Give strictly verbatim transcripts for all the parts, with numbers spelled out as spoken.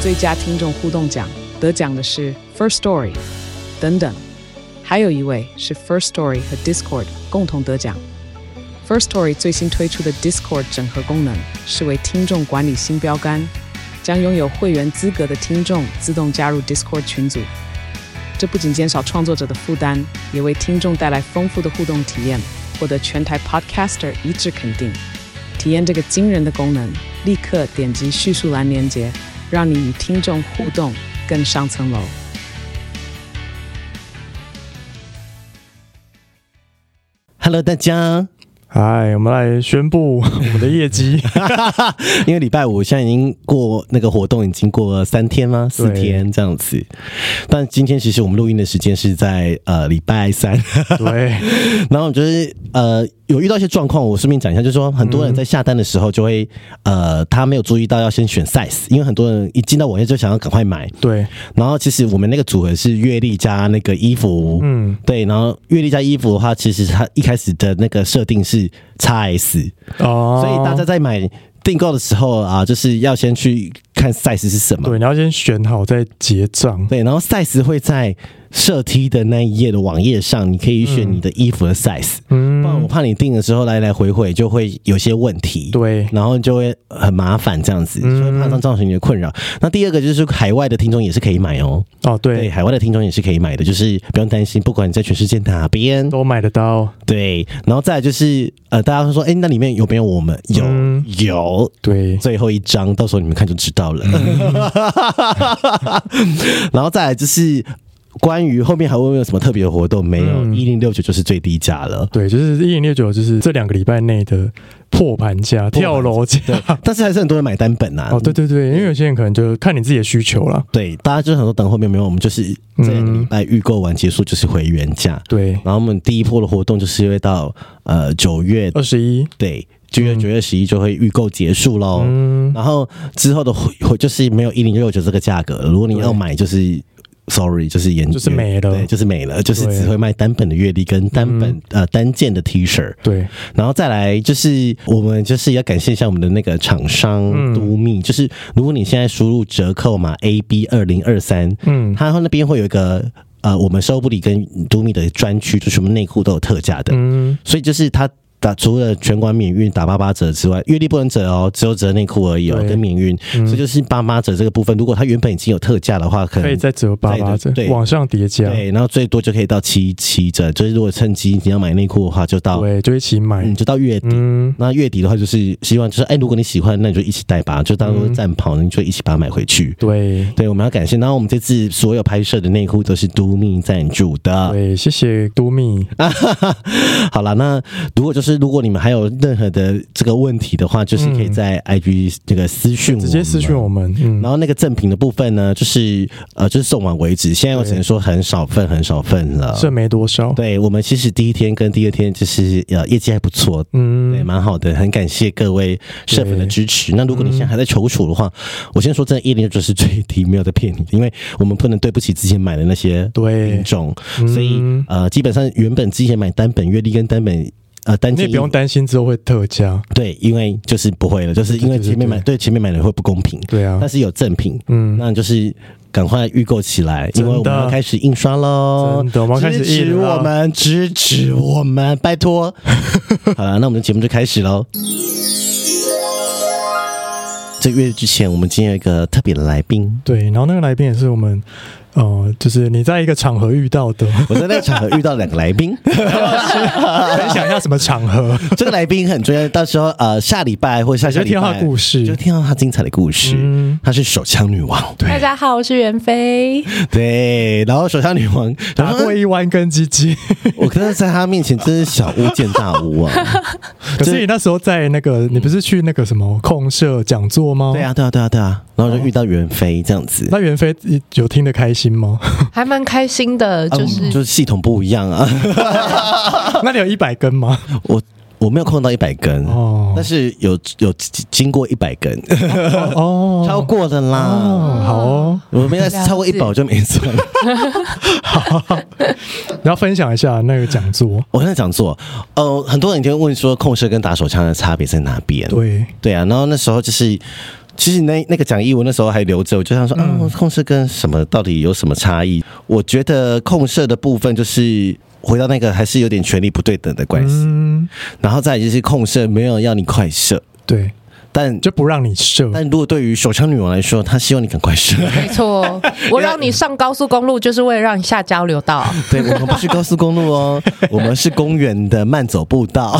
最佳听众互动奖，得奖的是 First Story 等等，还有一位是 First Story 和 Discord 共同得奖。First Story 最新推出的 Discord 整合功能是为听众管理新标杆，将拥有会员资格的听众自动加入 Discord 群组。这不仅减少创作者的负担，也为听众带来丰富的互动体验，获得全台 Podcaster 一致肯定。体验这个惊人的功能，立刻点击叙述栏连结，让你与听众互动更上层楼。 Hello， 大家。 嗨，我们来宣布我们的业绩。 因为礼拜五现在已经过那个活动已经过了三天吗？四天这样子。但今天其实我们录音的时间是在呃礼拜三。 对。 然后就是呃有遇到一些状况，我顺便讲一下，就是说很多人在下单的时候就会、嗯、呃他没有注意到要先选 size， 因为很多人一进到网页就想要赶快买。 对。然后其实我们那个组合是月历加那个衣服，嗯，对。然后月历加衣服的话，其实它一开始的那个设定是 X S， 哦，所以大家在买订购的时候啊，就是要先去看 size 是什么。 对，你要先选好再结账。 对，然后 size 会在社 T 的那一页的网页上，你可以选你的衣服的 size。嗯，不然我怕你订的时候来来回回就会有些问题。 对， 然后就会很麻烦这样子，所以怕造成你的困扰。那第二个就是海外的听众也是可以买哦。 哦，对， 对，海外的听众也是可以买的，就是不用担心，不管你在全世界哪边都买得到。对， 然后再来就是呃，大家会说，哎，那里面有没有我们？有、嗯、有。对，最后一张，到时候你们看就知道了。嗯、然后再来就是。关于后面还会有什么特别的活动？没有，一零六九就是最低价了。 对，就是一零六九，就是这两个礼拜内的破盘价、跳楼价。 但是还是很多人买单本啊。 哦，对对对，因为有些人可能就看你自己的需求啦。 对，大家就很多等后面没有，我们就是这两个礼拜预购完结束就是回原价。对，然后我们第一波的活动就是会到呃九月二十一， 对。九月九月十一就会预购结束咯、嗯、然后之后的就是没有一零六九这个价格了，如果你要买就是sorry 就是延就是没了， 对，就是没了，就是只会卖单本的月历跟单本、嗯、呃单件的 T 恤。对，然后再来就是我们就是要感谢一下我们的那个厂商都密、嗯，就是如果你现在输入折扣码 A B 二零二三，嗯，它那边会有一个呃我们收布里跟都密的专区，就是我们内裤都有特价的，嗯，所以就是它。打除了全馆免运打八八折之外，月历不能折哦，只有折内裤而已哦，跟免运、嗯，所以就是八八折这个部分，如果它原本已经有特价的话，可能可以再折八八折，对，往上叠加， 对，然后最多就可以到七七折，就是如果趁机你要买内裤的话，就到对，就一起买， 嗯，就到月底。嗯、那月底的话，就是希望就是哎，如果你喜欢，那你就一起带吧，就当做战袍，你就一起把它买回去。对，对，我们要感谢，然后我们这次所有拍摄的内裤都是都密赞助的， 对，谢谢都密。 好啦，那如果就是如果你们还有任何的这个问题的话，就是可以在 I G 这个私讯我们， 直接私讯我们。嗯， 然后那个赠品的部分呢，就是呃，就是送完为止。现在我只能说很少份，很少份了， 剩没多少。 对，我们其实第一天跟第二天就是呃业绩还不错，嗯，对，蛮好的，很感谢各位社粉的支持。那如果你现在还在踌躇的话，我先说真的，一零六九是最低，没有在骗你，因为我们不能对不起之前买的那些民众，所以呃，基本上原本之前买单本月历跟单本。呃，单件你也不用担心之后会特价， 对，因为就是不会了，就是因为前面买 对, 对, 对, 对前面买的会不公平，对啊，但是有赠品，嗯，那就是赶快预购起来，因为我们要开始印刷喽， 真的，我们要开始支持我们，支持我们，拜托。好了，那我们的节目就开始喽。这个月之前，我们今天有一个特别的来宾， 对，然后那个来宾也是我们。哦，就是你在一个场合遇到的， 我在那个场合遇到两个来宾， 分享一下什么场合？ 这个来宾很重要，到时候呃下礼拜或者下下礼拜就听到他故事， 就听到他精彩的故事。嗯，他是手枪女王， 对，大家好，我是袁飞。 对，然后手枪女王打过一弯根鸡鸡， 我可是在他面前真是小巫见大巫啊！ 可是你那时候在那个，你不是去那个什么控社讲座吗？ 对啊，对啊，对啊，对啊，然后就遇到袁飞这样子。 那袁飞有听得开心吗？ 还蛮开心的，就是、 嗯、就是系统不一样啊。 那你有一百根吗？ 我我没有控到一百根哦，但是有有经过一百根哦，超过的啦。哦、好哦，我没有超过一百我就没算。 好，你要分享一下那个讲座。 我那讲座，呃，很多人就会问说，控射跟打手枪的差别在哪边？对对啊，然后那时候就是。 其实那那个讲义我那时候还留着，我就想说，嗯、啊，控射跟什么到底有什么差异？我觉得控射的部分就是回到那个还是有点权力不对等的关系，嗯、然后再来就是控射没有要你快射， 对。 但就不让你射， 但如果对于手枪女王来说，她希望你赶快射。 没错，我让你上高速公路，就是为了让你下交流道。 对，我们不是高速公路哦，我们是公园的慢走步道。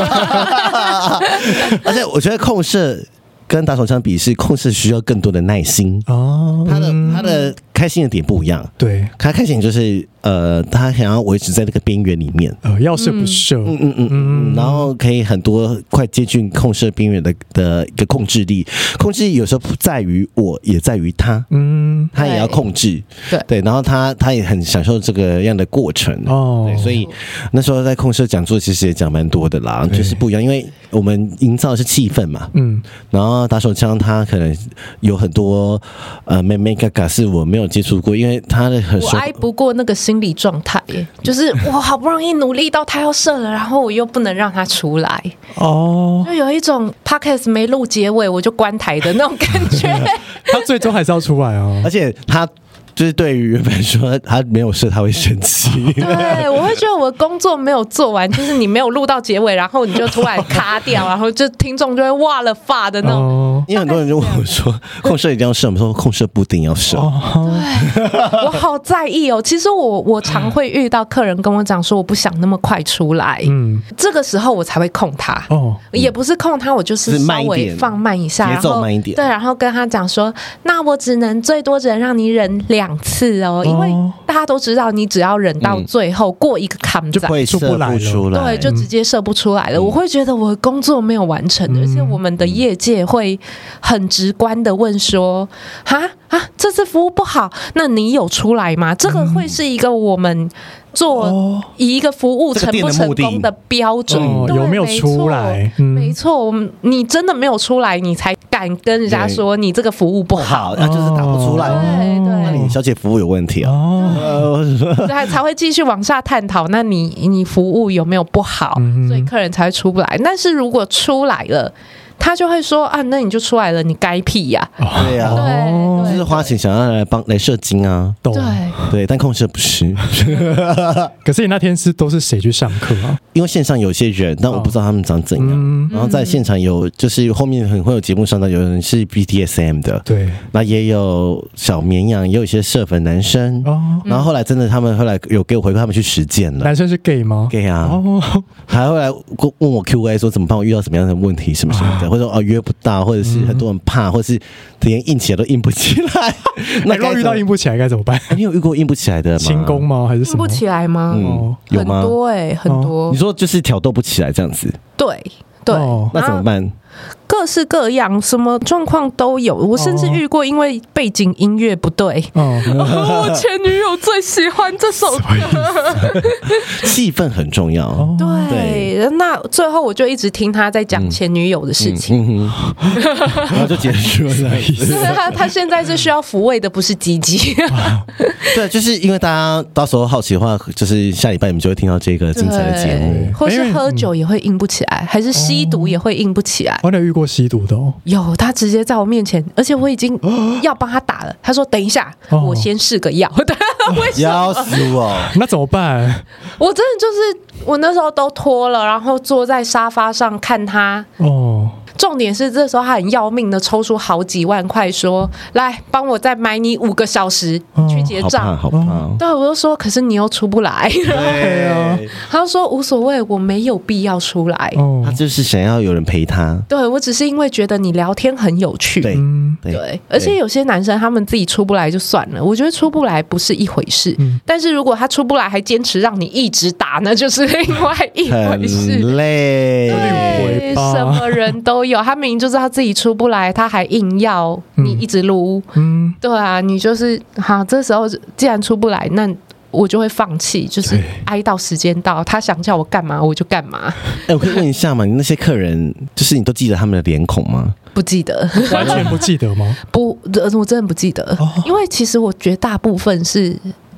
而且我觉得控射跟打手枪比，是控射需要更多的耐心哦。他的他的开心的点不一样， 对， 他开心就是呃，他想要维持在那个边缘里面， 呃，要射不射， 嗯嗯嗯嗯，然后可以很多快接近控射边缘的的一个控制力，控制力有时候不在于我，也在于他，嗯，他也要控制， 对对，然后他他也很享受这个样的过程哦，对，所以那时候在控射讲座其实也讲蛮多的啦，就是不一样，因为我们营造的是气氛嘛，嗯，然后打手枪他可能有很多呃妹妹嘎嘎是我没有接触过，因为他的很我挨不过那个心理状态耶，就是我好不容易努力到他要射了，然后我又不能让他出来哦，就有一种 podcast 没录结尾我就关台的那种感觉。 他最终还是要出来哦， 而且他。就是对于原本说他没有射他会生气， 对，我会觉得我的工作没有做完，就是你没有录到结尾，然后你就突然卡掉，然后就听众就会哇了发的那种。哦、 因为很多人就问我说控射一定要射，我们说控射不一定要射。哦、 对，我好在意哦。其实我我常会遇到客人跟我讲说我不想那么快出来，嗯，这个时候我才会控他。哦，也不是控他，我就是稍微放慢一下， 节奏慢一点， 对，然后跟他讲说，那我只能最多只能让你忍两。两次哦，因为大家都知道，你只要忍到最后、嗯、过一个坎就会射不出来， 对，就直接射不出来了。嗯、我会觉得我的工作没有完成，嗯、而且我们的业界会很直观的问说：“哈啊，这次服务不好，那你有出来吗？”这个会是一个我们。做以一个服务成不成功的标准， 哦、有没有出来？ 没错，嗯、你真的没有出来，你才敢跟人家说你这个服务不好， 那就是打不出来。 对对， 那你小姐服务有问题哦， 对，才会继续往下探讨。那你你服务有没有不好？嗯、所以客人才会出不来。但是如果出来了。他就会说啊，那你就出来了，你该屁呀、 啊！对呀、啊，对，就是花钱想要来帮来射精啊， 对对，但控射不是。 可是你那天是都是谁去上课啊？ 因为线上有些人，但我不知道他们长怎样。嗯、然后在现场有，就是后面很会有节目上的，有人是 B D S M 的， 对， 那也有小绵羊，也有一些社粉男生。哦，然后后来真的他们后来有给我回馈，他们去实践了。 男生是 gay 吗 ？gay 啊，哦，还后来问我 Q A 说怎么办？我遇到什么样的问题，什么什么的。或者说哦约不到，或者是很多人怕，或者是连硬起来都硬不起来。 那如果遇到硬不起来该怎么办？ 你有遇过硬不起来的吗？ 轻功吗？还是什么？ 硬不起来吗？ 嗯，有吗？ 很多哎、欸，很多、哦。 你说就是挑逗不起来这样子？ 对对、 哦，那怎么办？ 各式各样，什么状况都有。我甚至遇过，因为背景音乐不对，哦、我前女友最喜欢这首歌， 气氛很重要。 对，对那最后我就一直听他在讲前女友的事情，嗯嗯嗯、然后就结束了。 对他，他现在是需要抚慰的，不是鸡鸡。 对，就是因为大家到时候好奇的话，就是下礼拜你们就会听到这个精彩的节目， 或是喝酒也会硬不起来，还是吸毒也会硬不起来。 我有遇过吸毒的哦， 有他直接在我面前，而且我已经要帮他打了。他说：“等一下，哦、我先试个药。” 要死我！ 那怎么办？ 我真的就是我那时候都脱了，然后坐在沙发上看他。哦。重点是这时候他很要命的抽出好几万块，说：“来帮我再买你五个小时去结账。 哦”好怕，好怕！ 对，我就说：“可是你又出不来。” 对啊， 他就说：“无所谓，我没有必要出来。 哦”他就是想要有人陪他。 对，我只是因为觉得你聊天很有趣。 对对, 对，而且有些男生他们自己出不来就算了，我觉得出不来不是一回事，嗯、但是如果他出不来还坚持让你一直打，那就是另外一回事。 很累， 对，什么人都有。他明明就知道自己出不来，他还硬要你一直撸。嗯，对啊，你就是好。这时候既然出不来，那我就会放弃，就是挨到时间到，他想叫我干嘛我就干嘛。 哎、欸，我可以问一下吗？你那些客人，就是你都记得他们的脸孔吗？ 不记得， 完全不记得吗？ 不，我真的不记得，哦、因为其实我绝大部分是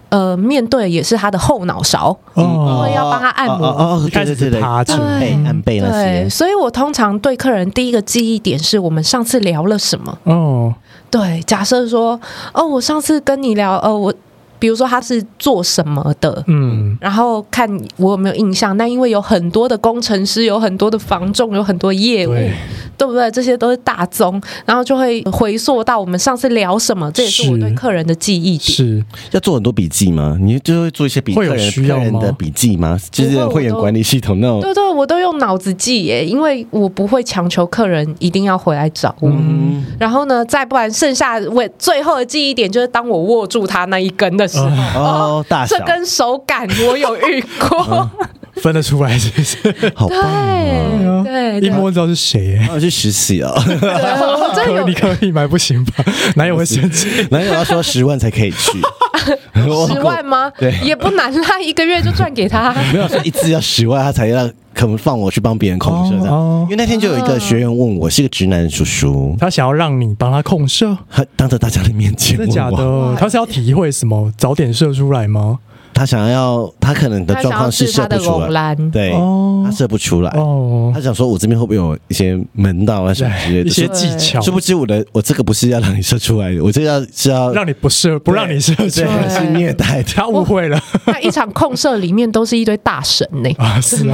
呃面对也是他的后脑勺，因为要帮他按摩。 哦， 一开始是趴着背按背那些。 对，所以我通常对客人第一个记忆点是我们上次聊了什么。 哦， 对，假设说，哦，我上次跟你聊，呃，我。比如说他是做什么的，嗯，然后看我有没有印象。那因为有很多的工程师，有很多的房仲，有很多业务， 对, 对不对？这些都是大宗，然后就会回溯到我们上次聊什么，这也是我对客人的记忆点。 是要做很多笔记吗？你就会做一些笔客人客人的笔记吗？就是会员管理系统那种。 对对，我都用脑子记耶，因为我不会强求客人一定要回来找我。嗯、然后呢，再不然剩下我最后的记忆点就是当我握住他那一根的。 哦，大小这跟手感我有遇过， 嗯、分得出来是不是？ 好棒哦！ 对， 一摸知道是谁， 我去实习哦。 我真有， 你可以买不行吧？男友会生气， 男友要说十万才可以去， 十万吗？ 对， 也不难啦，一个月就赚给他。 没有说一次要十万，他才让。可能放我去帮别人控射这样，哦哦、因为那天就有一个学员问我，是个直男叔叔， 他想要让你帮他控射， 他当着大家的面前问我， 真的假的？他是要体会什么？早点射出来吗？ 他想要，他可能的状况是射不出来，对，哦、他射不出来。哦，他想说，我这边会不会有一些门道啊什么之类的， 一些技巧？ 殊不知我的，我这个不是要让你射出来的，我这个是要让你不射，不让你射出来， 是虐待的。 他误会了。 那一场控射里面都是一堆大神呢、欸。 啊，是啊。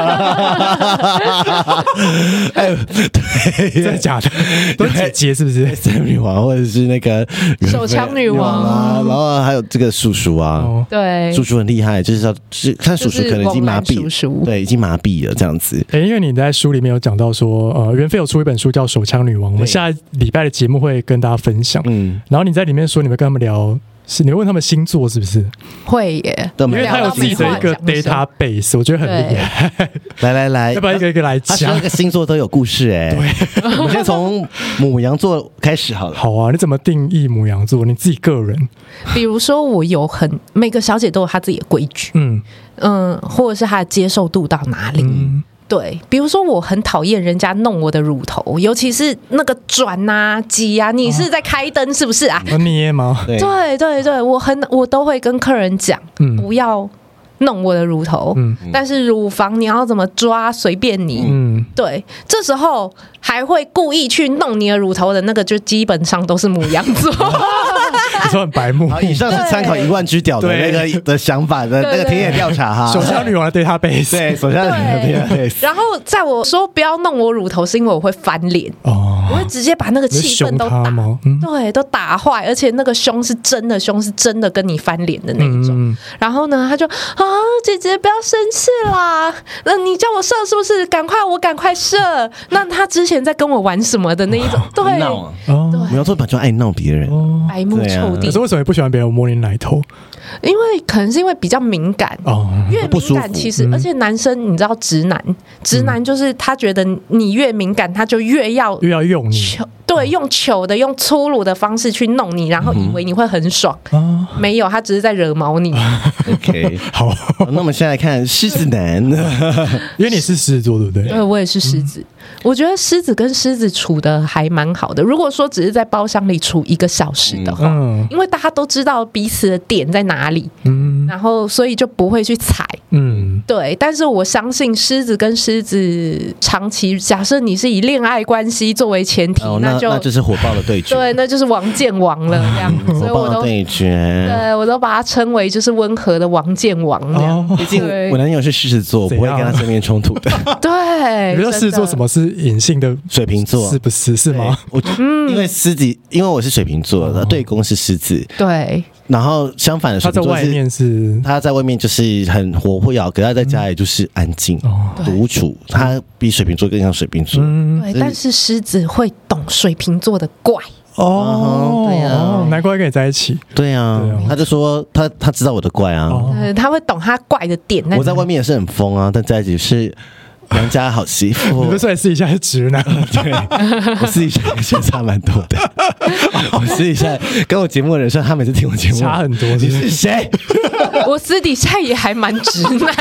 哎，对，真的假的？都是姐姐是不是？ 三女王或者是那个手枪女王啊，然后还有这个叔叔啊， 哦、对。 叔叔很厉害，就是要是看叔叔可能已经麻痹， 叔叔对，已经麻痹了这样子。 欸、因为你在书里面有讲到说，呃，袁飞有出一本书叫《手枪女王》，我们下礼拜的节目会跟大家分享。嗯，然后你在里面说，你们跟他们聊，是你会问他们星座是不是？ 会耶， 因为他有自己的一个 database， 我觉得很厉害。 来来来， 要不要一个一个来讲？ 他每个星座都有故事哎、欸。对，我们先从牡羊座开始好了。 好啊，你怎么定义牡羊座？你自己个人？ 比如说，我有很每个小姐都有她自己的规矩，嗯嗯，或者是她的接受度到哪里。嗯，对，比如说我很讨厌人家弄我的乳头，尤其是那个转啊、挤啊，你是在开灯是不是啊？ 捏吗？ 对对对，我很我都会跟客人讲，嗯、不要弄我的乳头，嗯、但是乳房你要怎么抓随便你。嗯，对，这时候还会故意去弄你的乳头的那个，就基本上都是牡羊座。 你说很白目。 以上是参考一万只屌的那个的想法的那个田野调查哈。 手枪女王的 database， 对，手枪女王的 database。 然后在我说不要弄我乳头，是因为我会翻脸，哦，我会直接把那个气氛都打，嗯、对，都打坏，而且那个胸是真的胸，是真的跟你翻脸的那一种。嗯、然后呢，他就啊，姐姐不要生气啦，那你叫我射是不是？赶快，我赶快射。那他之前在跟我玩什么的那一种，对， 闹啊，牡羊座本来就爱闹别人， 白目臭弟。 可是为什么不喜欢别人摸你奶头？ 因为可能是因为比较敏感，哦，越敏感其实，而且男生你知道，直男，直男就是他觉得你越敏感，他就越要越要用你， 对，用糗的、用粗鲁的方式去弄你，然后以为你会很爽，嗯、没有，他只是在惹毛你。 OK， 好，那我们先来看狮子男， 因为你是狮子座，对不对？ 对，我也是狮子。嗯、我觉得狮子跟狮子处的还蛮好的。如果说只是在包厢里处一个小时的话，嗯、因为大家都知道彼此的点在哪里，嗯，然后所以就不会去踩，嗯，对。但是我相信狮子跟狮子长期，假设你是以恋爱关系作为前提， 哦、 那就那就是火爆的对决， 对，那就是王见王了这样子。所以我都对决， 对我都把它称为就是温和的王见王这样。 毕竟我男友是狮子座，我不会跟他正面冲突的。 对， 你说狮子座什么是隐性的水瓶座？ 是不是？是吗？ 我因为狮子，因为我是水瓶座的，对宫是狮子， 对。 然后相反的， 他在外面是他在外面就是很活泼摇，可是他在家里就是安静独处。他比水瓶座更像水瓶座， 对。但是狮子会懂水瓶座的怪。 哦，对啊，难怪跟你在一起。 对啊，他就说他他知道我的怪啊， 他会懂他怪的点。 我在外面也是很疯啊，但在一起是良家好媳妇。 你不是私底下是直男？ 对，我私底下相差蛮多的。我私底下跟我节目的人说，他每次听我节目差很多。 你是谁？ 我私底下也还蛮直男。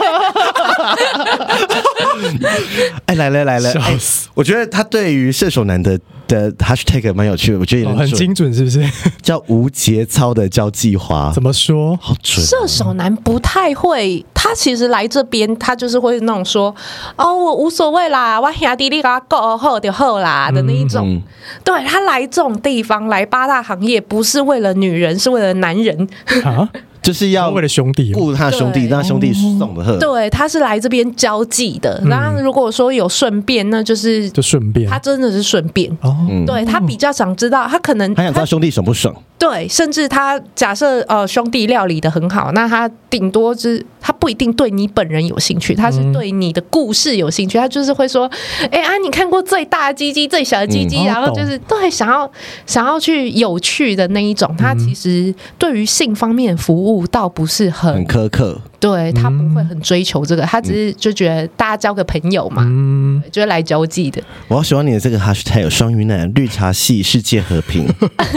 哎，来了来了！哎，我觉得他对于射手男的的 hashtag 蛮有趣的，我觉得也很精准，是不是？ 叫无节操的交际花， 怎么说？ 好准。 射手男不太会，他其实来这边，他就是会那种说，哦，我无所谓啦，我兄弟你给他够好就好啦的那一种。嗯、对他来这种地方，来八大行业，不是为了女人，是为了男人啊。 就是要为了兄弟顾他兄弟，让他兄弟送的贺。 对，他是来这边交际的。然后如果说有顺便，那就是就顺便， 他真的是顺便。哦，对他比较想知道，他可能他想知道兄弟爽不爽。 对，甚至他假设呃兄弟料理的很好，那他顶多就是他不一定对你本人有兴趣，他是对你的故事有兴趣。他就是会说，哎啊，你看过最大的鸡鸡、最小的鸡鸡，嗯、然后就是对想要想要去有趣的那一种。他其实对于性方面服务倒不是很很苛刻， 对他不会很追求这个，他只是就觉得大家交个朋友嘛，嗯、就是来交际的。 我好喜欢你的这个 hashtag 双鱼男绿茶系世界和平。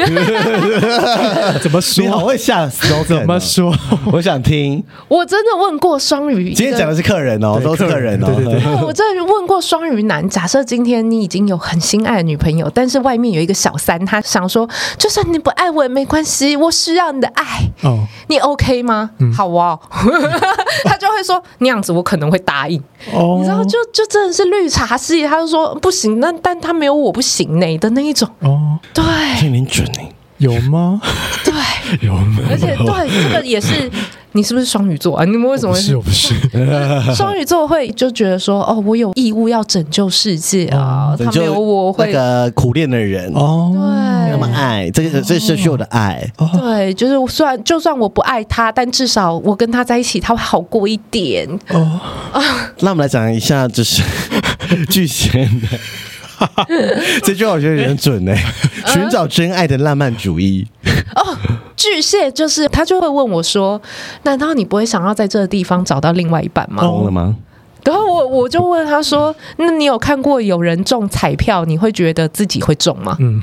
怎么说？ 你好会下 slogan， 怎么说？ 我想听。 我真的问过双鱼， 今天讲的是客人哦，都是客人哦。 对对对， 我真的问过双鱼男，假设今天你已经有很心爱的女朋友，但是外面有一个小三，他想说，就算你不爱我也没关系，我需要你的爱，哦、你 OK 吗？嗯、好啊，他就会说那样子我可能会答应。哦、你知道，就就真的是绿茶系，他就说不行，那但他没有我不行呢的那一种。哦，对， 有点准呢。 有吗？ 对， 有吗？ 而且对这个也是，你是不是双鱼座啊？你们为什么会？ 不是，我不是。 双鱼座会就觉得说，哦，我有义务要拯救世界啊，他没有我会那个苦恋的人哦， 对， 那么爱，这个这是需要我的爱。 对，就是虽然就算我不爱他，但至少我跟他在一起，他会好过一点。哦， 那我们来讲一下，就是巨蟹的。这句话我觉得有点准哎、欸，寻找真爱的浪漫主义。 哦，巨蟹就是他就会问我说：“难道你不会想要在这个地方找到另外一半吗？” 懂了吗？ 然后我我就问他说：“那你有看过有人中彩票，你会觉得自己会中吗？”嗯，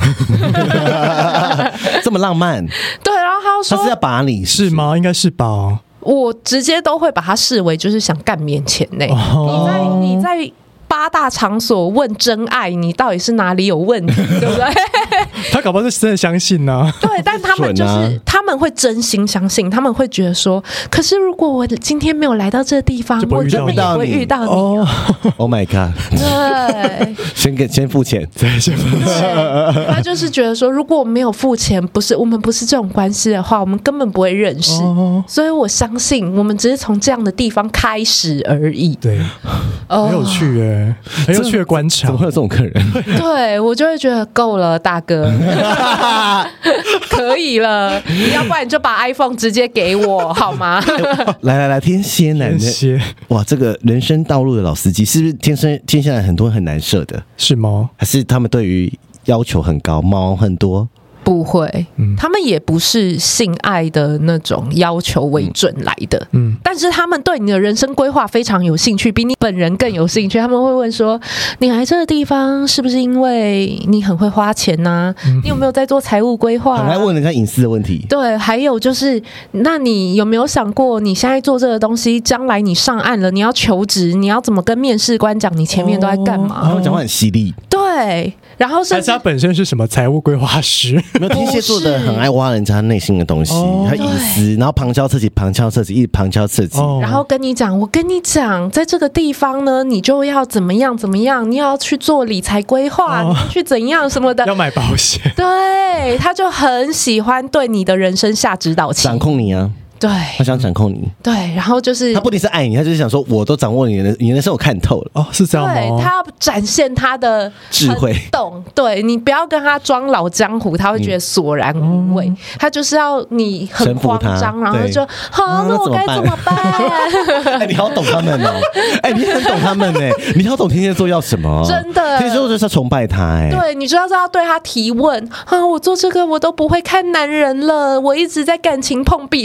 这么浪漫。 对，然后他说：“ 他是要把你是吗？应该是吧。” 我直接都会把他视为就是想干面前呢、欸。哦、你在你在。八大场所问真爱，你到底是哪里有问题，对不对？ 他搞不好是真的相信呢、啊。 对，但他们就是、啊、他们会真心相信，他们会觉得说，可是如果我今天没有来到这个地方， 就不会遇到我真的也不会遇到你。 哦、oh, ，Oh my god！ 对， 先给先付钱， 对，先付钱。 他就是觉得说，如果我没有付钱，不是我们不是这种关系的话，我们根本不会认识。哦、所以我相信，我们只是从这样的地方开始而已。 对，哦、很有趣耶。很有趣的观察， 怎么会有这种客人？ 对我就会觉得够了，大哥，可以了，要不然你就把 iPhone 直接给我好吗？ 来来来，天蝎男的，哇，这个人生道路的老司机，是不是天生天蝎男很多人很难设的？ 是吗？ 还是他们对于要求很高，毛很多？ 不会、嗯，他们也不是性爱的那种要求为准来的，嗯，但是他们对你的人生规划非常有兴趣，比你本人更有兴趣。他们会问说：“你来这个地方是不是因为你很会花钱呢、啊？嗯、你有没有在做财务规划、啊？” 很爱问人家隐私的问题。 对，还有就是，那你有没有想过，你现在做这个东西，将来你上岸了，你要求职，你要怎么跟面试官讲你前面都在干嘛？ 哦、他们讲话很犀利。 对。然后甚至他本身是什么财务规划师？ 没有，天蝎座的很爱挖人家内心的东西，他隐私，然后旁敲侧击，旁敲侧击，一直旁敲侧击， 哦、然后跟你讲，我跟你讲，在这个地方呢，你就要怎么样怎么样，你要去做理财规划，哦、你要去怎样什么的， 要买保险。 对，他就很喜欢对你的人生下指导棋， 掌控你啊。 对， 他想掌控你。 对，然后就是他不仅是爱你，他就是想说，我都掌握你的，你的人生我看透了。 哦，是这样吗？ 对，他要展现他的智慧， 懂。对，你不要跟他装老江湖，他会觉得索然无味。嗯、他就是要你很慌张，然后就好，那我该怎么办？ 哎，你好懂他们哦！哎，你很懂他们哎，你好懂天蝎座要什么？ 真的， 天蝎座就是要崇拜他哎。 对，你就要要对他提问啊！我做这个我都不会看男人了，我一直在感情碰壁，没有，我根本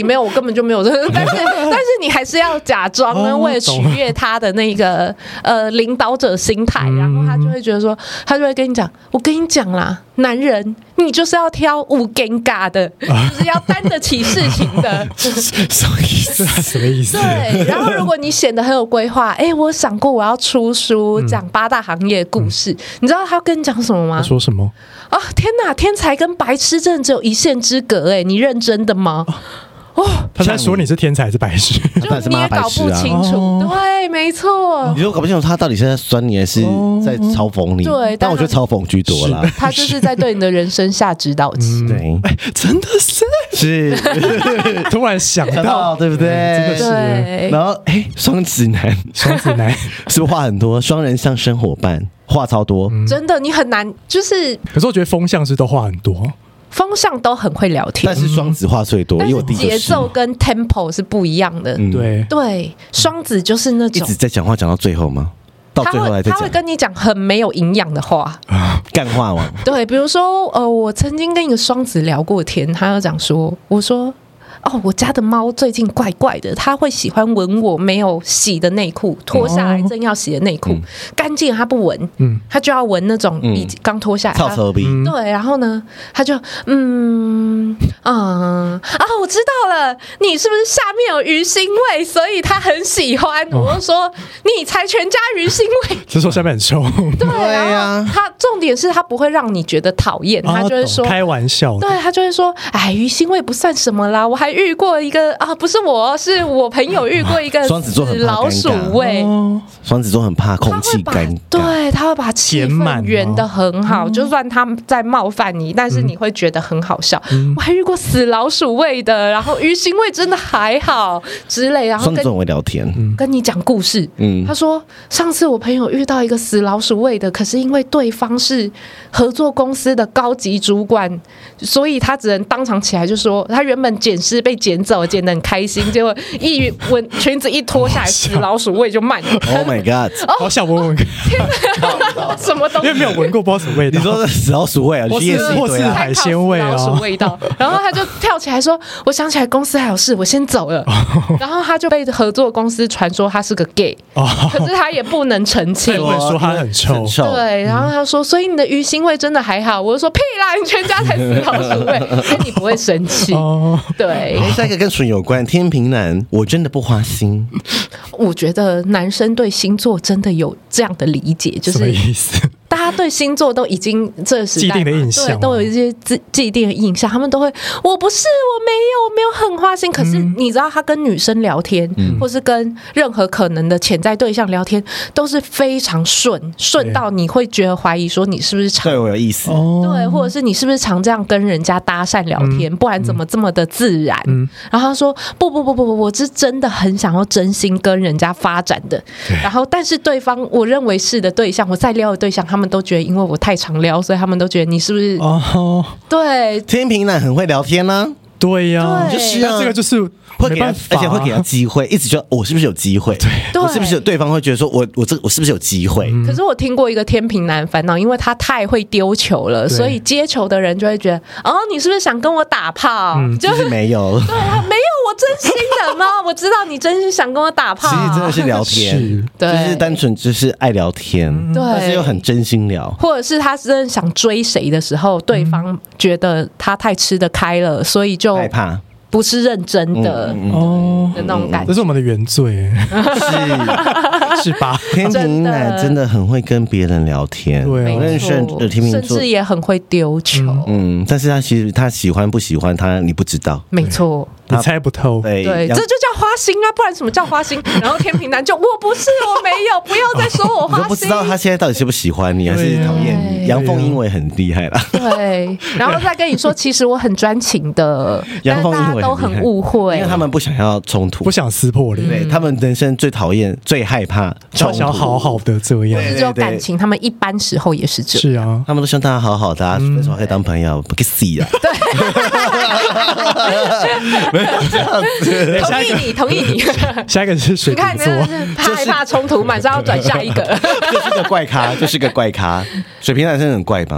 本就没有这个，但是但是你还是要假装呢，为了取悦他的那个呃领导者心态，然后他就会觉得说，他就会跟你讲，我跟你讲啦，男人你就是要挑无尴尬的，就是要担得起事情的。 什么意思？什么意思？ 对，然后如果你显得很有规划，哎，我想过我要出书，讲八大行业故事，你知道他跟你讲什么吗？ 他说什么？ 啊，天哪，天才跟白痴真的只有一线之隔，哎，你认真的吗？ 哦，他在说你是天才还是白痴？ 就你也搞不清楚，对，没错。 你说搞不清楚他到底是在酸你还是在嘲讽你？ 对， 但我觉得嘲讽居多啦。 他就是在对你的人生下指导棋。 对， 真的是是， 突然想到， 对不对？ 真的是。 然后，哎，双子男， 双子男是不是话很多？双人相生伙伴，话超多， 真的，你很难，就是。 可是我觉得风向是都话很多。 风向都很会聊天， 但是双子话最多，因为我第一个节奏跟 tempo 是不一样的。 嗯、 对对，双子就是那种一直在讲话讲到最后吗？到最后来再讲， 他会跟你讲很没有营养的话， 干话王。 对，比如说呃，我曾经跟一个双子聊过天，他要讲说，我说。哦，我家的猫最近怪怪的，它会喜欢闻我没有洗的内裤，脱下来正要洗的内裤，干净它不闻，嗯，它就要闻那种已经刚脱下来， 臭臭鼻。 对，然后呢，它就嗯啊啊，我知道了，你是不是下面有鱼腥味，所以它很喜欢？我就说你才全家鱼腥味， 是说下面很臭。 对呀，它重点是它不会让你觉得讨厌，它就会说开玩笑， 对，它就会说，哎，鱼腥味不算什么啦，我还。遇过一个啊，不是我，是我朋友遇过一个双子座很怕老鼠味。 双子座很怕空气尴尬， 对，他会把气氛圆得很好，就算他在冒犯你，但是你会觉得很好笑。嗯、我还遇过死老鼠味的，然后鱼腥味真的还好之类，然后双子座会聊天， 跟你讲故事。嗯，他说上次我朋友遇到一个死老鼠味的，可是因为对方是合作公司的高级主管，所以他只能当场起来就说，他原本捡尸被捡走，捡得很开心，结果一闻裙子一脱下来，死老鼠味就漫。 Oh my god！ 好想闻闻看， 什么东西？ 因为没有闻过，不知道什么味道。 你说的死老鼠味啊？ 或是或是海鲜味啊？ 老鼠味道。然后他就跳起来说：“我想起来公司还有事，我先走了。”然后他就被合作公司传说他是个 gay， 可是他也不能澄清， 不能说他很臭。 对，然后他说：“所以你的鱼腥味真的还好。”我就说：“屁啦，你全家才死老鼠味，所以你不会生气。”对。 下一个跟水有关，天秤男，我真的不花心。 我觉得男生对星座真的有这样的理解，就是什么意思？ 大家对星座都已经这时代既定的印象， 对，都有一些既定的印象，他们都会，我不是，我没有，我没有很花心。可是你知道，他跟女生聊天，嗯、或是跟任何可能的潜在对象聊天，都是非常顺，顺到你会觉得怀疑说你是不是常对我有意思， 对，或者是你是不是常这样跟人家搭讪聊天，嗯、不然怎么这么的自然？嗯、然后他说不不不不不，我是真的很想要真心跟人家发展的。然后，但是对方我认为是的对象，我在撩的对象，他们都觉得因为我太常撩，所以他们都觉得你是不是？哦，对， 天秤男很会聊天呢、啊。 对呀、啊， 就是啊， 这个就是会给他，而且会给他机会，一直觉得我是不是有机会？对，我是不是有对方会觉得说我我这我是不是有机会？ 嗯、可是我听过一个天秤男烦恼，因为他太会丢球了，所以接球的人就会觉得哦，你是不是想跟我打炮？嗯、 就是没有， 对啊，没有，我真心的吗？我知道你真心想跟我打炮、啊， 其实真的是聊天，对，就是单纯就是爱聊天，对，但是又很真心聊， 或者是他真的想追谁的时候，对方觉得他太吃得开了，所以就害怕。 不是认真的哦的那种感觉， 这是我们的原罪，是是吧？ 天秤男真的很会跟别人聊天， 对， 我认识的天秤座甚至也很会丢球， 嗯，但是他其实他喜欢不喜欢他，你不知道， 没错， 你猜不透， 对， 对，这就叫花心啊，不然什么叫花心？然后天秤男就我不是，我没有，不要再说我花心， 你都不知道他现在到底喜不喜欢你，还是讨厌你？阳奉阴违很厉害啦， 对，然后再跟你说，其实我很专情的， 阳奉阴违都很误会， 因为他们不想要冲突， 不想撕破脸， 对他们人生最讨厌、最害怕冲突， 想好好的这样。 只有感情，他们一般时候也是这样。 是啊， 他们都希望大家好好的、啊，分手可以当朋友，不可以死啊。 对， 没有这样子。 同意你，同意你。 下一个是水瓶座， 他害怕衝突，马上要轉下一個， 就是個怪咖，就是個怪咖。水瓶男生很怪嗎？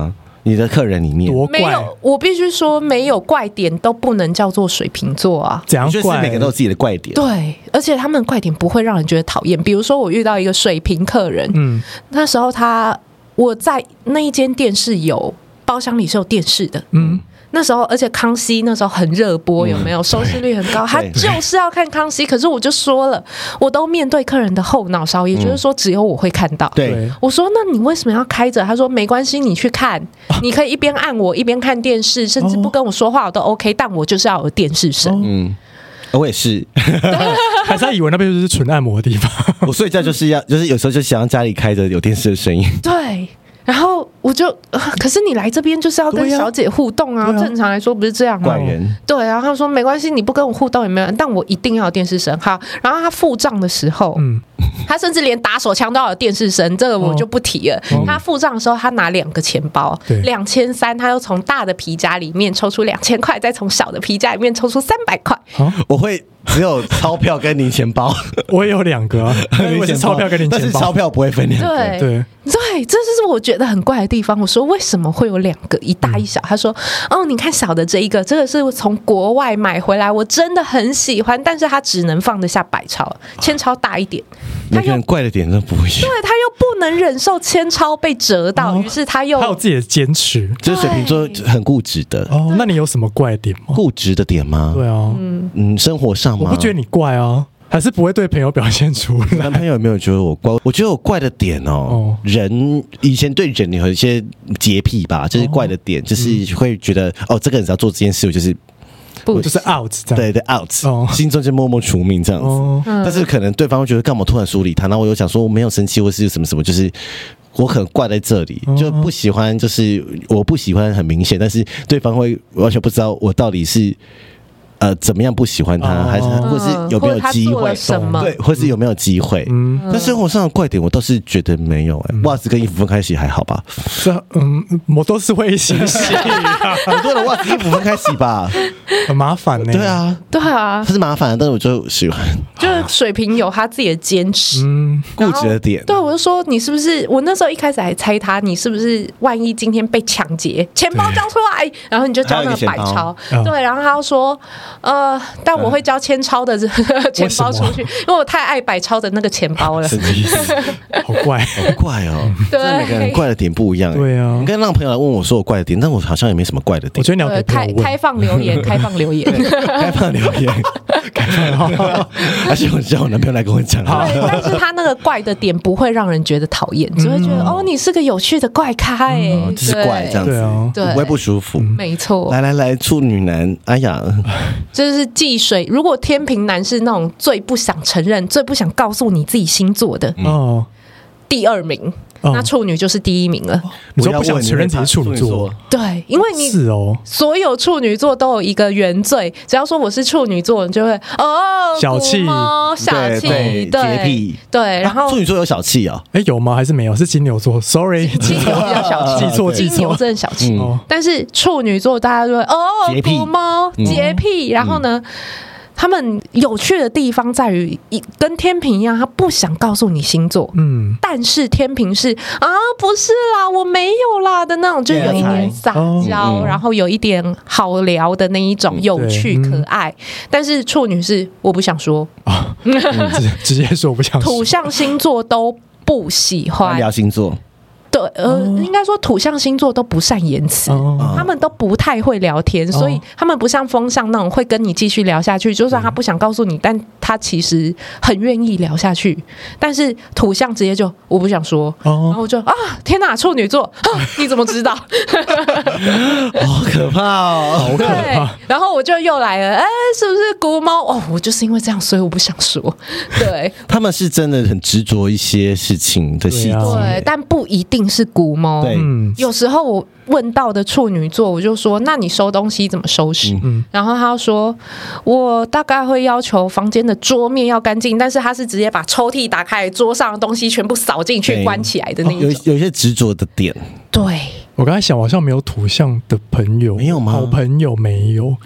你的客人里面多怪？ 没有，我必须说，没有怪点都不能叫做水瓶座啊。 怎样怪？ 就是每个人都有自己的怪点。 对，而且他们的怪点不会让人觉得讨厌。比如说，我遇到一个水瓶客人，嗯，那时候他我在那一间店是有包厢里是有电视的，嗯。那时候，而且康熙那时候很热播，有没有？收视率很高，他就是要看康熙。可是我就说了，我都面对客人的后脑勺，也就是说，只有我会看到。 对， 我说，那你为什么要开着？他说没关系，你去看，你可以一边按我一边看电视，甚至不跟我说话我都 OK， 但我就是要有电视声。 嗯，我也是， 还是他以为那边就是纯按摩的地方。 我睡觉就是要，就是有时候就想让家里开着有电视的声音。 对。然后我就、呃，可是你来这边就是要跟小姐互动啊，啊正常来说不是这样吗？ 怪人。 对，然后他说没关系，你不跟我互动也没有，但我一定要有电视声。好，然后他付账的时候，嗯，他甚至连打手枪都要有电视声，这个我就不提了。哦、他付账的时候，他拿两个钱包，两千三，他又从大的皮夹里面抽出两千块，再从小的皮夹里面抽出三百块。 啊、我会。只有钞票跟零钱包， 我也有两个、啊，我是钞票跟零钱包， 但是钞票不会分两个。 对对对，这就是我觉得很怪的地方。我说为什么会有两个，一大一小？他说哦，你看小的这一个，这个是从国外买回来，我真的很喜欢，但是他只能放得下百钞，千钞大一点。 每个人怪的点都不一样， 对，他又不能忍受千钞被折到，于、哦、是他又他有自己的坚持， 就是水瓶座很固执的。 哦，那你有什么怪点吗？ 固执的点吗？ 对啊， 嗯嗯，生活上吗？ 我不觉得你怪啊，还是不会对朋友表现出来。 男朋友有没有觉得我怪？我觉得我怪的点 哦, 哦，人以前对人有一些洁癖吧，就是怪的点，哦、就是会觉得、嗯、哦，这个人只要做这件事，我就是。 不就是 out 这样， 对对 out，、哦、心中就默默除名这样子、哦。但是可能对方会觉得干嘛突然梳理他，然后我又想说我没有生气或是什么什么，就是我可能挂在这里，哦、就不喜欢，就是我不喜欢很明显，但是对方会完全不知道我到底是。呃，怎么样不喜欢他，哦、还是或是有没有机会？对，或是有没有机会？嗯，但生活上的怪点，我倒是觉得没有、欸。哎、嗯，袜子跟衣服分开洗还好吧？ 是，嗯，我都是会洗洗、啊， 很多人袜子衣服分开洗吧， 很麻烦呢、欸。 对啊， 对啊， 它是麻烦的，但是我就喜欢。 就是水瓶有他自己的坚持， 嗯，固执的点。 对，我就说你是不是？我那时候一开始还猜他，你是不是万一今天被抢劫，钱包交出来，然后你就交那个百钞。对，然后他说。呃，但我会交千钞的钱包出去，因为我太爱百钞的那个钱包了。 什么意思？好怪， 好怪哦！ 对， 每个人怪的点不一样。 对啊， 你刚让朋友来问我说我怪的点，但我好像也没什么怪的点。 我觉得你要给开开放留言，开放留言， 开放留言，开放。而且我叫我男朋友来跟我讲。 对，但是他那个怪的点不会让人觉得讨厌，只会觉得哦，你是个有趣的怪咖哎， 就是怪这样子， 对， 不会不舒服。 没错。 来来来，处女男，哎呀。 就是忌水。如果天秤男是那种最不想承认、最不想告诉你自己星座的，哦，第二名，哦、那处女就是第一名了。 你说不想承认自己处女座？ 对，因为你是哦， 所有处女座都有一个原罪，只要说我是处女座，你就会哦， 小气、 小气、对洁癖， 对。然后、 啊、处女座有小气哦？ 哎，有吗？还是没有？是金牛座 ，sorry， 金牛比较小气， 记错记错， 金牛真的小气。嗯、但是处女座大家就会哦，古猫洁癖，然后呢？嗯他们有趣的地方在于，跟天秤一样，他不想告诉你星座，嗯，但是天秤是啊，不是啦，我没有啦的那种，就有一点撒娇，哦、然后有一点好聊的那一种，有趣可爱。嗯、但是处女是我不想说，哦嗯、直接说我不想说。 土象星座都不喜欢聊星座。 对，呃，哦、应该说土象星座都不善言辞，哦、他们都不太会聊天，哦、所以他们不像风象那种会跟你继续聊下去，就算他不想告诉你，但他其实很愿意聊下去。但是土象直接就我不想说，哦、然后我就啊，天哪，处女座，啊、你怎么知道？ 好可怕哦，好可怕！ 然后我就又来了，哎，是不是孤猫？哦，我就是因为这样，所以我不想说。对， 他们是真的很执着一些事情的细节， 对，但不一定。是古猫， 对， 有时候我问到的处女座，我就说：“那你收东西怎么收拾？”嗯、然后他说：“我大概会要求房间的桌面要干净，但是他是直接把抽屉打开，桌上的东西全部扫进去，关起来的那一种。 哦”有有一些执着的点。 对， 我刚才想，好像没有土象的朋友， 没有吗？ 好朋友没有。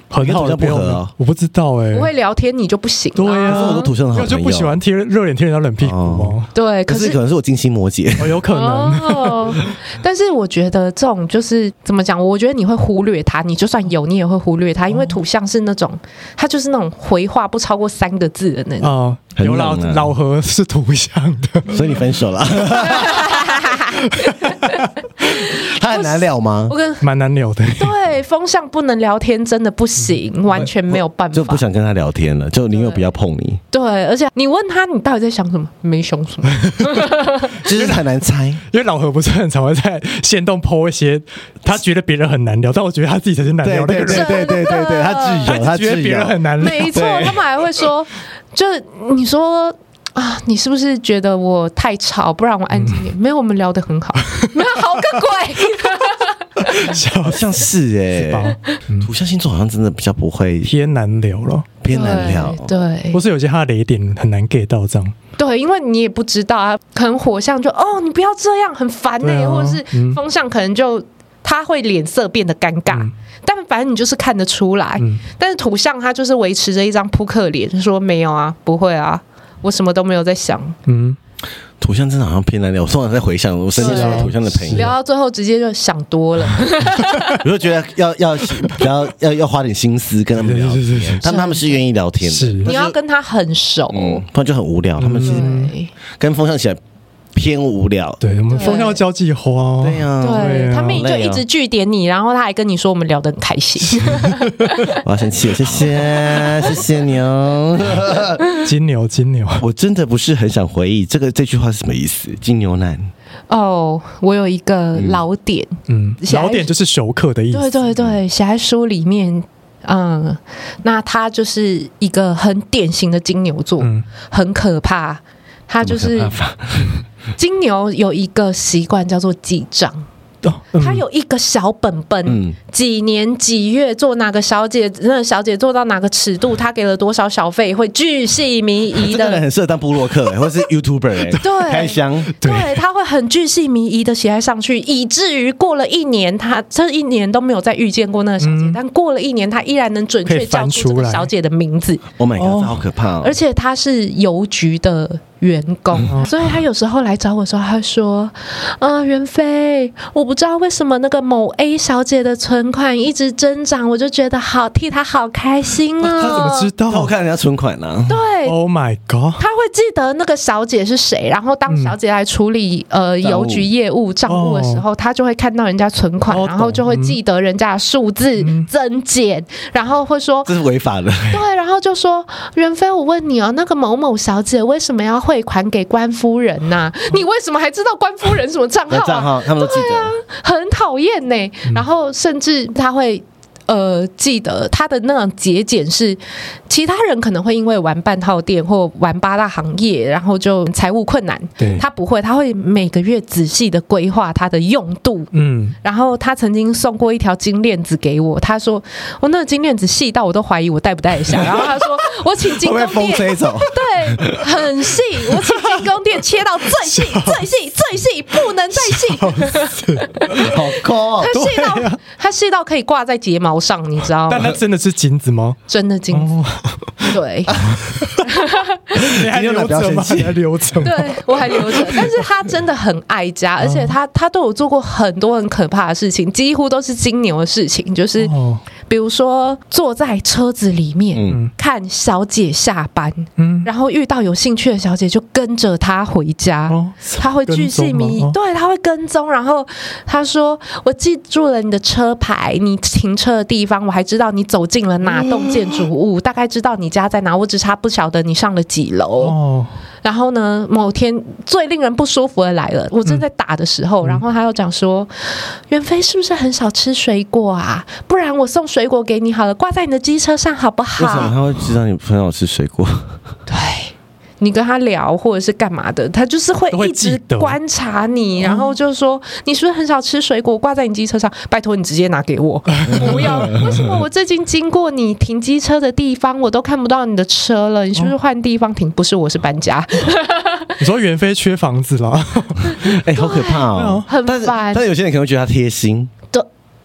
很好的朋友啊，我不知道哎、欸， 不会聊天你就不行、啊。 对呀、啊，我都土象的好朋友， 我就不喜欢贴热脸贴人家冷屁股吗？哦、 对， 可是可能是我金星摩羯， 哦，有可能。 哦、但是我觉得这种就是怎么讲？我觉得你会忽略他，你就算有，你也会忽略他，因为土象是那种，他就是那种回话不超过三个字的那种。 哦、啊，有老老何是土象的， 所以你分手了。他很难聊吗？ 我跟蛮难聊的。 对，风象不能聊天真的不行，嗯、完全没有办法， 就不想跟他聊天了，就宁愿不要碰你。 对，而且你问他你到底在想什么，没想什么， 就是很难猜。 因为老何不是很常会在限动 po 一些他觉得别人很难聊，但我觉得他自己才是难聊那个人。 对对对对对，他自己有，他觉得别人很难聊。 没错，他们还会说，就你说。啊，你是不是觉得我太吵，不然我安静点？嗯、没有，我们聊得很好，没有好个鬼，好像是哎、欸，嗯、土象星座好像真的比较不会偏难聊了， 偏难聊， 对， 或是有些他的雷点很难 get 到这样。 对，因为你也不知道啊，可能火象就哦，你不要这样，很烦哎、欸，啊、或者是风象可能就他会脸色变得尴尬。嗯，但反正你就是看得出来，嗯、但是土象他就是维持着一张扑克脸，说没有啊，不会啊。我什么都没有在想，嗯， 土象真的好像偏难聊。我通常在回想我身边的土象的朋友， 聊到最后直接就想多了。 我就觉得要要比较要要花点心思跟他们聊天，他们他们是愿意聊天的， 是你要跟他很熟， 嗯，不然就很无聊。他们是跟风象起来偏无聊， 对，我们风象交际花， 对呀， 对他们就一直据点你，然后他还跟你说我们聊得很开心。 我要生气了，谢谢谢谢你哦。 金牛金牛， 我真的不是很想回忆这个这句话是什么意思？金牛男哦，我有一个老点， 嗯，老点就是熟客的意思， 对对对，写在书里面。嗯，那他就是一个很典型的金牛座，嗯、很可怕。他就是金牛有一个习惯叫做记账。哦嗯、他有一个小本本，嗯、几年几月做哪个小姐，那个小姐做到哪个尺度，他给了多少小费，会巨细靡遗的。 这个人很适合当部落客、欸，或是 YouTuber 哎、欸， 对， 开箱， 对，对，他会很巨细靡遗的写在上去，以至于过了一年，他这一年都没有再遇见过那个小姐，嗯、但过了一年，他依然能准确叫出这个小姐的名字。 Oh my god， 这好可怕哦！ 而且他是邮局的员工，嗯、所以他有时候来找我的时候，他说：“啊，袁飞，我不知道为什么那个某 A 小姐的存款一直增长，我就觉得好替她好开心啊。” 他怎么知道？ 我看人家存款呢、啊？ 对 ，Oh my god， 他会记得那个小姐是谁，然后当小姐来处理、嗯、呃邮局业务账务的时候，哦、他就会看到人家存款，哦、然后就会记得人家的数字、嗯、增减，然后会说这是违法的。 对，然后就说袁飞，我问你哦，那个某某小姐为什么要汇款给官夫人呐、啊？你为什么还知道官夫人什么账号、啊？ 账号他们都记得， 啊、很讨厌呢。嗯、然后甚至他会呃记得他的那种节俭是，其他人可能会因为玩半套店或玩八大行业，然后就财务困难。他不会，他会每个月仔细的规划他的用度。嗯，然后他曾经送过一条金链子给我，他说我那个金链子细到我都怀疑我戴不戴得下。然后他说我请金工店会被风吹走， 对，很细，我请金工店切到最细、最细、最细，不能再细。 好抠、哦， 他细到、啊、他细到可以挂在睫毛上，你知道吗？ 但那真的是金子吗？ 真的金子，哦、对。 你还留着吗？你还留着？ 对，我还留着。但是他真的很爱家，而且他他都有做过很多很可怕的事情，几乎都是金牛的事情，就是。哦，比如说坐在车子里面、嗯、看小姐下班、嗯、然后遇到有兴趣的小姐就跟着她回家、哦、她会巨细靡遗、哦、对，她会跟踪，然后她说我记住了你的车牌，你停车的地方，我还知道你走进了哪栋建筑物、哦、大概知道你家在哪，我只差不晓得你上了几楼、哦，然后呢，某天最令人不舒服的来了，我正在打的时候、嗯、然后他又讲说袁飞是不是很少吃水果啊，不然我送水果给你好了，挂在你的机车上好不好？ 为什么他会知道你很少吃水果？ 对，你跟他聊或者是干嘛的，他就是会一直观察你，然后就说你是不是很少吃水果，挂在你机车上，拜托你直接拿给我。不要，为什么我最近经过你停机车的地方我都看不到你的车了，你是不是换地方停？不是，我是搬家。 你说袁飞缺房子了？ 哎、欸，好可怕哦， 很烦。 但是有些人可能会觉得他贴心。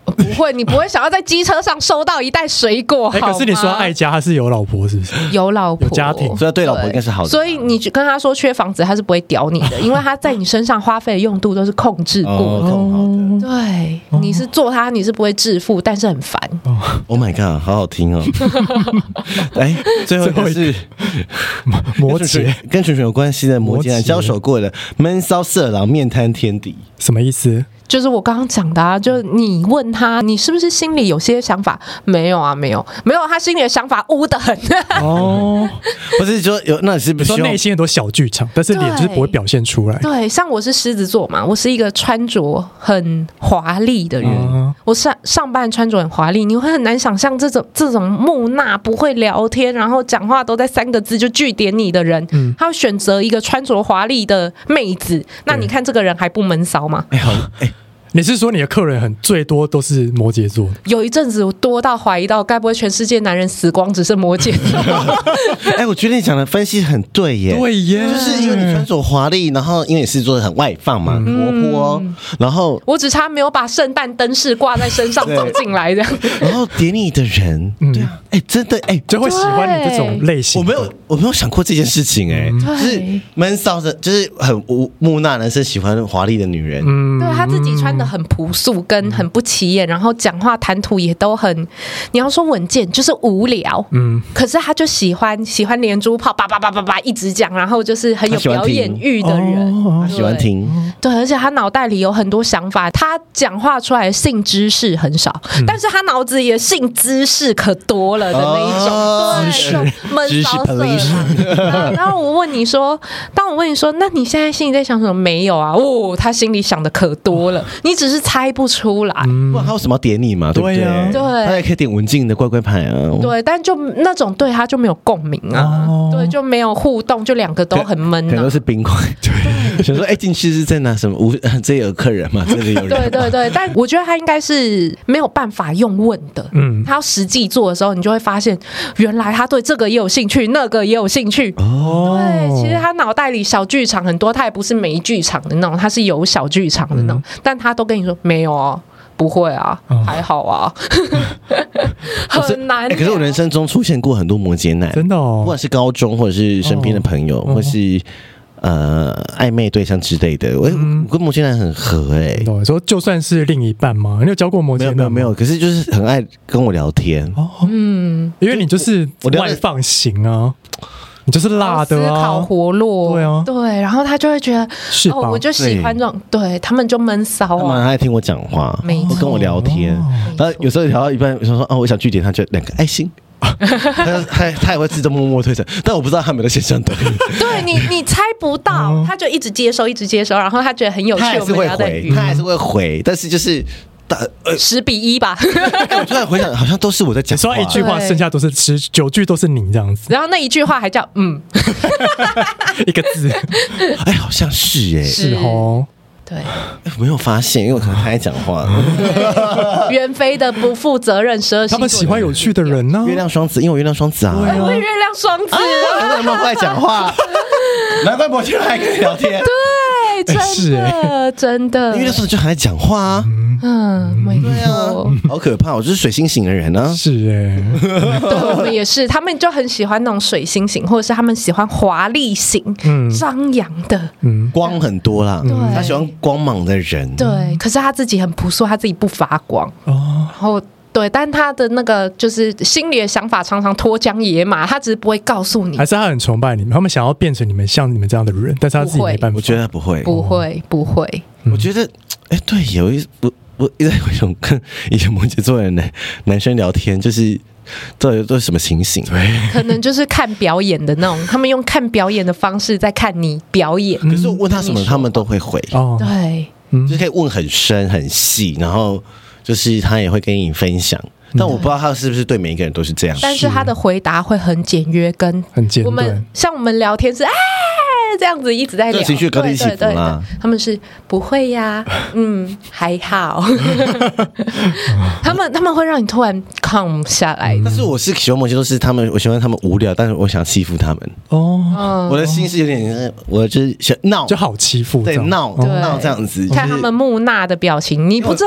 不会，你不会想要在机车上收到一袋水果。哎、 欸，可是你说爱家他是有老婆是不是？ 有老婆， 有家庭， 所以对老婆应该是好的。 所以你跟他说缺房子，他是不会屌你的，因为他在你身上花费的用度都是控制过的。 哦、 对，你是做他，你是不会致富，但是很烦。 Oh my god， 好好听哦！哎，最后一个是摩羯， 跟纯纯有关系的摩羯男交手过的闷骚色狼面瘫天敌， 什么意思？ 就是我刚刚讲的啊，就是你问他，你是不是心里有些想法？没有啊，没有，没有，他心里的想法污得很。 哦，不是说有，那你是不是说内心很多小剧场，但是脸就是不会表现出来。 对，像我是狮子座嘛，我是一个穿着很华丽的人，嗯、我上上班穿着很华丽，你会很难想象这种这种木讷、不会聊天，然后讲话都在三个字就句点你的人，嗯、他会选择一个穿着华丽的妹子，那你看这个人还不闷骚吗？ 哎、欸，好，哎、欸。 你是说你的客人很最多都是摩羯座？ 有一阵子我多到怀疑到，该不会全世界男人死光只剩摩羯座？ 哎、欸，我觉得你讲的分析很对耶， 对耶， 就是因为你穿着华丽，然后因为你是做的很外放嘛，嗯、活泼，然后我只差没有把圣诞灯饰挂在身上走进来这样。 然后点你的人，嗯、对啊，哎、欸，真的哎、欸， 就会喜欢你这种类型。 我没有，我没有想过这件事情哎、欸，就是闷骚的，就是很木讷男生喜欢华丽的女人， 嗯，对他自己穿的很朴素跟很不起眼，然后讲话谈吐也都很，你要说稳健就是无聊，嗯，可是他就喜欢喜欢连珠炮叭叭叭叭叭一直讲，然后就是很有表演欲的人， 他喜欢听， 对，而且他脑袋里有很多想法，他讲话出来的性知识很少，嗯、但是他脑子里的性知识可多了的那一种，哦、对，闷骚色狼。然后我问你说，当我问你说，那你现在心里在想什么？没有啊，哦，他心里想的可多了，你只是猜不出来。 不然他为什么要点你嘛？对不对？ 对， 他也可以点文静的乖乖牌啊。 对，但就那种对他就没有共鸣啊，哦、对，就没有互动，就两个都很闷、啊， 可能都是冰块。对，想说哎，进去是在拿什么？无这里有客人嘛？这里有人。 对对对，但我觉得他应该是没有办法用问的。嗯，他要实际做的时候，你就会发现，原来他对这个也有兴趣，那个也有兴趣。哦，对，其实他脑袋里小剧场很多，他也不是没剧场的那种，他是有小剧场的那种，嗯、但他都跟你说没有哦。不会啊，哦、还好啊，很难、欸欸。可是我人生中出现过很多摩羯男， 真的哦， 不管是高中或者是身边的朋友，哦、或是呃暧昧对象之类的，我、嗯、我跟摩羯男很合哎、欸。 懂，说就算是另一半吗？你有交过摩羯男吗？ 没有没有没有，可是就是很爱跟我聊天。哦， 嗯，因为你就是外放型啊。你就是辣的啊， 思考活络， 对啊， 对，然后他就会觉得， 是哦，我就喜欢这种，对他们就闷骚啊， 他们爱听我讲话，我跟我聊天，然后有时候聊到一半，有时候说哦，我想据点，他就两个爱心。他他他也会自动默默推成，但我不知道他们的线上对。 对你你猜不到，嗯、他就一直接收，一直接收，然后他觉得很有趣， 他还是会回，他还是会回，但是就是。 呃，十比一吧。 我突然回想，好像都是我在讲话。 说一句话，剩下都是十九句都是你这样子。 然后那一句话还叫嗯， 一个字。 哎，好像是哎、欸， 是哦。 对， 没有发现，因为我可能太爱讲话了。袁飞的不负责任十二星座， 他们喜欢有趣的人呢、啊。 月亮双子，因为我月亮双子啊。 我也会月亮双子， 难怪他们会讲话，难怪摩羯还可以聊天。 对，真的、欸、真的， 月亮双子就很爱讲话啊。 嗯，没错， 好可怕！我就是水星型的人呢、啊。 是哎、 欸，对，我们也是，他们就很喜欢那种水星型，或者是他们喜欢华丽型、嗯、张扬的， 嗯，光很多啦。对，他喜欢光芒的人。 对，可是他自己很朴素，他自己不发光。哦，然后对，但他的那个就是心里的想法常常脱缰野马，他只是不会告诉你。 还是他很崇拜你们，他们想要变成你们像你们这样的人，但是他自己没办法。 我觉得不会， 不会，不会。 我觉得，哎，对，有一我。我一直在回想跟以前摩羯座的男男生聊天，就是到底都是什么情形？ 可能就是看表演的那种，他们用看表演的方式在看你表演。 可是我问他什么，他们都会回。 哦，对， 就是可以问很深很细，然后就是他也会跟你分享。但我不知道他是不是对每一个人都是这样， 但是他的回答会很简约，跟很简短。 我们像我们聊天是哎。这样子一直在聊， 情绪高低起伏啦。 他们是不会呀，嗯，还好。他们他们会让你突然 calm 下来。 但是我是喜欢摩羯座，是他们，我喜欢他们无聊，但是我想欺负他们。哦，我的心是有点，我就是想闹， 就好欺负， 对，闹闹这样子。 看他们木讷的表情，你不知道。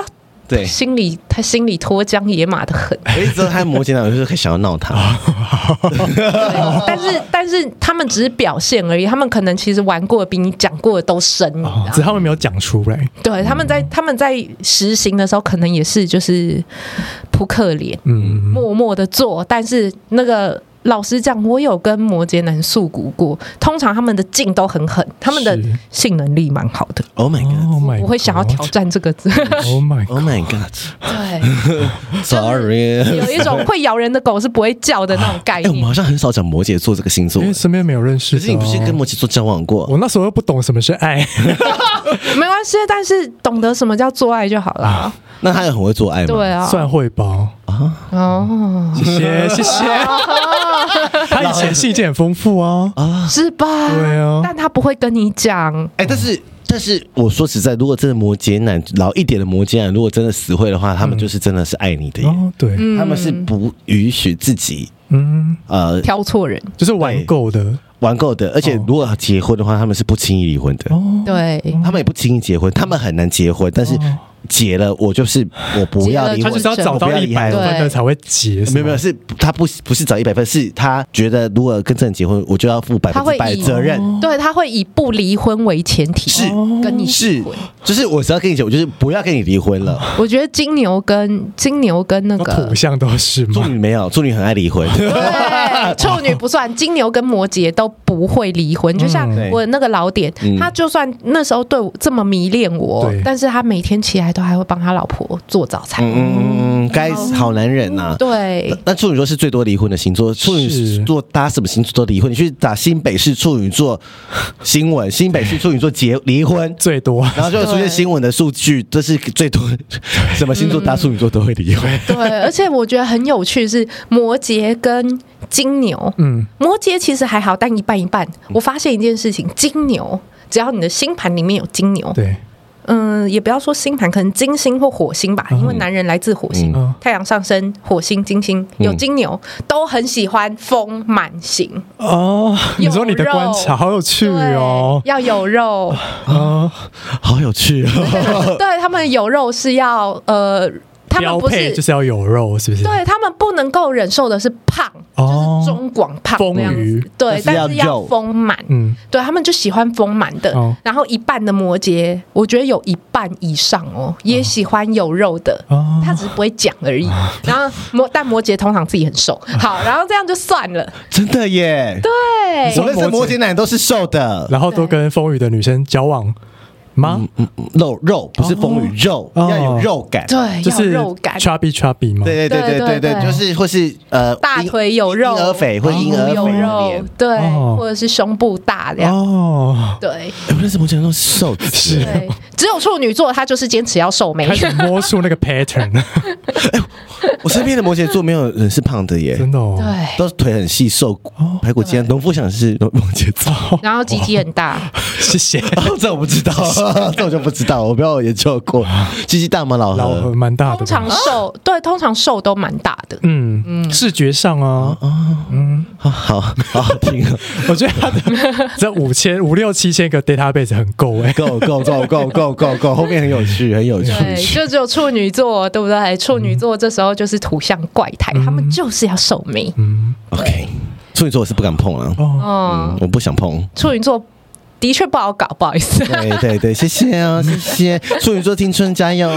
对， 心里他心里脱缰野马的很。 我一直都看摩羯男，我就是想要闹他。 但是但是他们只是表现而已，他们可能其实玩过的比你讲过的都深，哦、 只是他们没有讲出来。 对，他们在他们在实行的时候，可能也是就是扑克脸，嗯，默默的做，但是那个。老实讲，我有跟摩羯男诉苦过，通常他们的劲都很狠，他们的性能力蛮好的。 Oh my god！ 我会想要挑战这个字。 Oh my god！Oh my god！ 对 ，Sorry， 有一种会咬人的狗是不会叫的那种概念。 哎、欸，我们好像很少讲摩羯座这个星座， 因为身边没有认识。 可是你不是跟摩羯座交往过？ 我那时候又不懂什么是爱。 没关系，但是懂得什么叫做爱就好了。啊、 那他也很会做爱吗？ 对啊， 算会吧。啊哦， 谢谢谢谢。他以前戏件很丰富啊， 啊，是吧？ 对啊， 但他不会跟你讲。 哎、欸，但是但是我说实在，如果真的摩羯男老一点的摩羯男，如果真的死会的话，他们就是真的是爱你的耶。 哦，对， 他们是不允许自己， 嗯， 呃， 挑错人， 就是玩够的， 玩够的。而且如果结婚的话，他们是不轻易离婚的。 哦， 对， 他们也不轻易结婚，他们很难结婚，但是。结了，我就是我不要离婚， 他就是要找到一百分的才会结。 没有没有，是他不不是找一百分，是他觉得如果跟这人结婚，我就要负百分之百的责任。 对，他会以不离婚为前提， 是跟你是，就是我只要跟你讲，我就是不要跟你离婚了。 我觉得金牛跟金牛跟那个土象都是吗？ 处女没有，处女很爱离婚。 对，处女不算，金牛跟摩羯都不会离婚。就像我那个老点，嗯、他就算那时候对我这么迷恋我，但是他每天起来都还会帮他老婆做早餐。 嗯，该好男人呐、啊。 对， 那处女座是最多离婚的星座，处女座搭什么星座都离婚。你去打新北市处女座新闻，新北市处女座结离婚最多， 然后就会出现新闻的数据，这是最多，什么星座搭处女座都会离婚。 对，而且我觉得很有趣是摩羯跟金牛，嗯，摩羯其实还好，但一半一半。我发现一件事情，金牛只要你的星盘里面有金牛， 对。 嗯，也不要说星盘，可能金星或火星吧，嗯、因为男人来自火星，嗯、太阳上升、火星、金星有金牛，嗯、都很喜欢丰满型哦。你说你的观察好有趣哦， 要有肉啊、 哦， 好有趣哦。 对，他们有肉是要呃。他们不是标配就是要有肉，是不是？ 对，他们不能够忍受的是胖，哦、就是中广胖那样子。对，但是要丰满。嗯，对他们就喜欢丰满的。哦、然后一半的摩羯，我觉得有一半以上哦，也喜欢有肉的。哦、他只是不会讲而已。哦、然后摩但摩羯通常自己很瘦。好，然后这样就算了。 真的耶？ 对， 我认识摩羯男都是瘦的， 然后都跟风雨的女生交往。吗？ 嗯嗯，肉肉不是风雨肉， 哦、 要有肉感， 对， 就是肉感 ，chubby chubby 吗？ 对对对对对对，就是或是呃大腿有肉， 婴儿肥或婴儿有肉，对，哦、或者是胸部大这样。哦，对。 哎，我认识摩羯都是瘦子， 是， 只有处女座他就是坚持要瘦眉， 开始摸出那个 pattern。 哎，我身边的摩羯座没有人是胖的耶， 真的哦， 对， 都是腿很细瘦，排骨肌。农夫想是摩羯座， 然后鸡鸡很大， 谢谢。 这我不知道。这我就不知道，我没有研究过。鸡鸡大吗？老老何蛮大的， 通常瘦，对，通常瘦都蛮大的。 嗯嗯，视觉上啊， 嗯，好好好听。 我觉得他的这五千五六七千个 database 很够哎， 够够够够够够够，后面很有趣，很有趣。 对，就只有处女座，对不对？处女座这时候就是土象怪胎，他们就是要瘦眉。 嗯 ，OK， 处女座我是不敢碰啊，嗯，我不想碰处女座。的确不好搞，不好意思。 对对对，谢谢啊，谢谢处女座青春加油！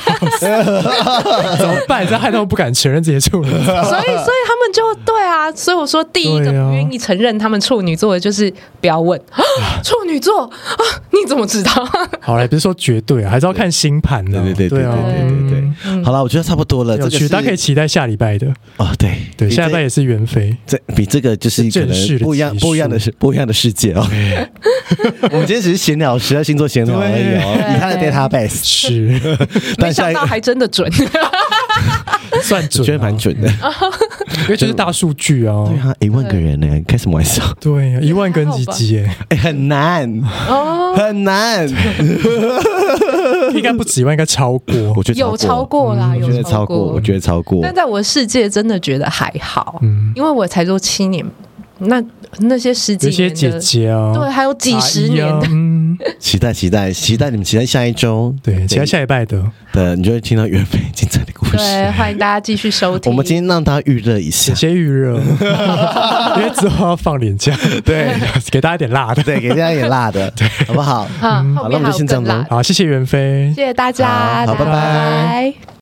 怎么办？这害他们不敢承认这些处女座， 所以所以他们就对啊，所以我说第一个不愿意承认他们处女座的就是不要问啊，处女座啊，你怎么知道？ 好了，不是说绝对，还是要看星盘的。 对对对对对对对。好了，我觉得差不多了， 有趣，大家可以期待下礼拜的哦。对对，下礼拜也是袁飞， 这比这个就是可能不一样不一样的不一样的世界哦。我们今天只是闲聊，十二星座闲聊而已哦。以他的 database 是， 没想到还真的准， 算准， 觉得蛮准的， 因为就是大数据啊。 对啊，一万个人呢，开什么玩笑？ 对，一万根鸡鸡哎， 哎，很难哦，很难， 应该不止一万，应该超过。 我觉得有超过啦， 我觉得超过，我觉得超过。 但在我的世界，真的觉得还好，因为我才做七年。那那些十几年的， 有些姐姐啊， 对，还有几十年的， 嗯， 嗯， 期待期待期待你们期待下一周， 对，期待下礼拜的的，你就会听到袁飞精彩的故事。 对，欢迎大家继续收听。 我们今天让大家预热一下， 先预热，因为之后要放年假， 对， 给大家一点辣的， 对，给大家一点辣的，对，好不好？ 好， 好，那我们就先这样子， 好，谢谢袁飞， 谢谢大家， 好，拜拜。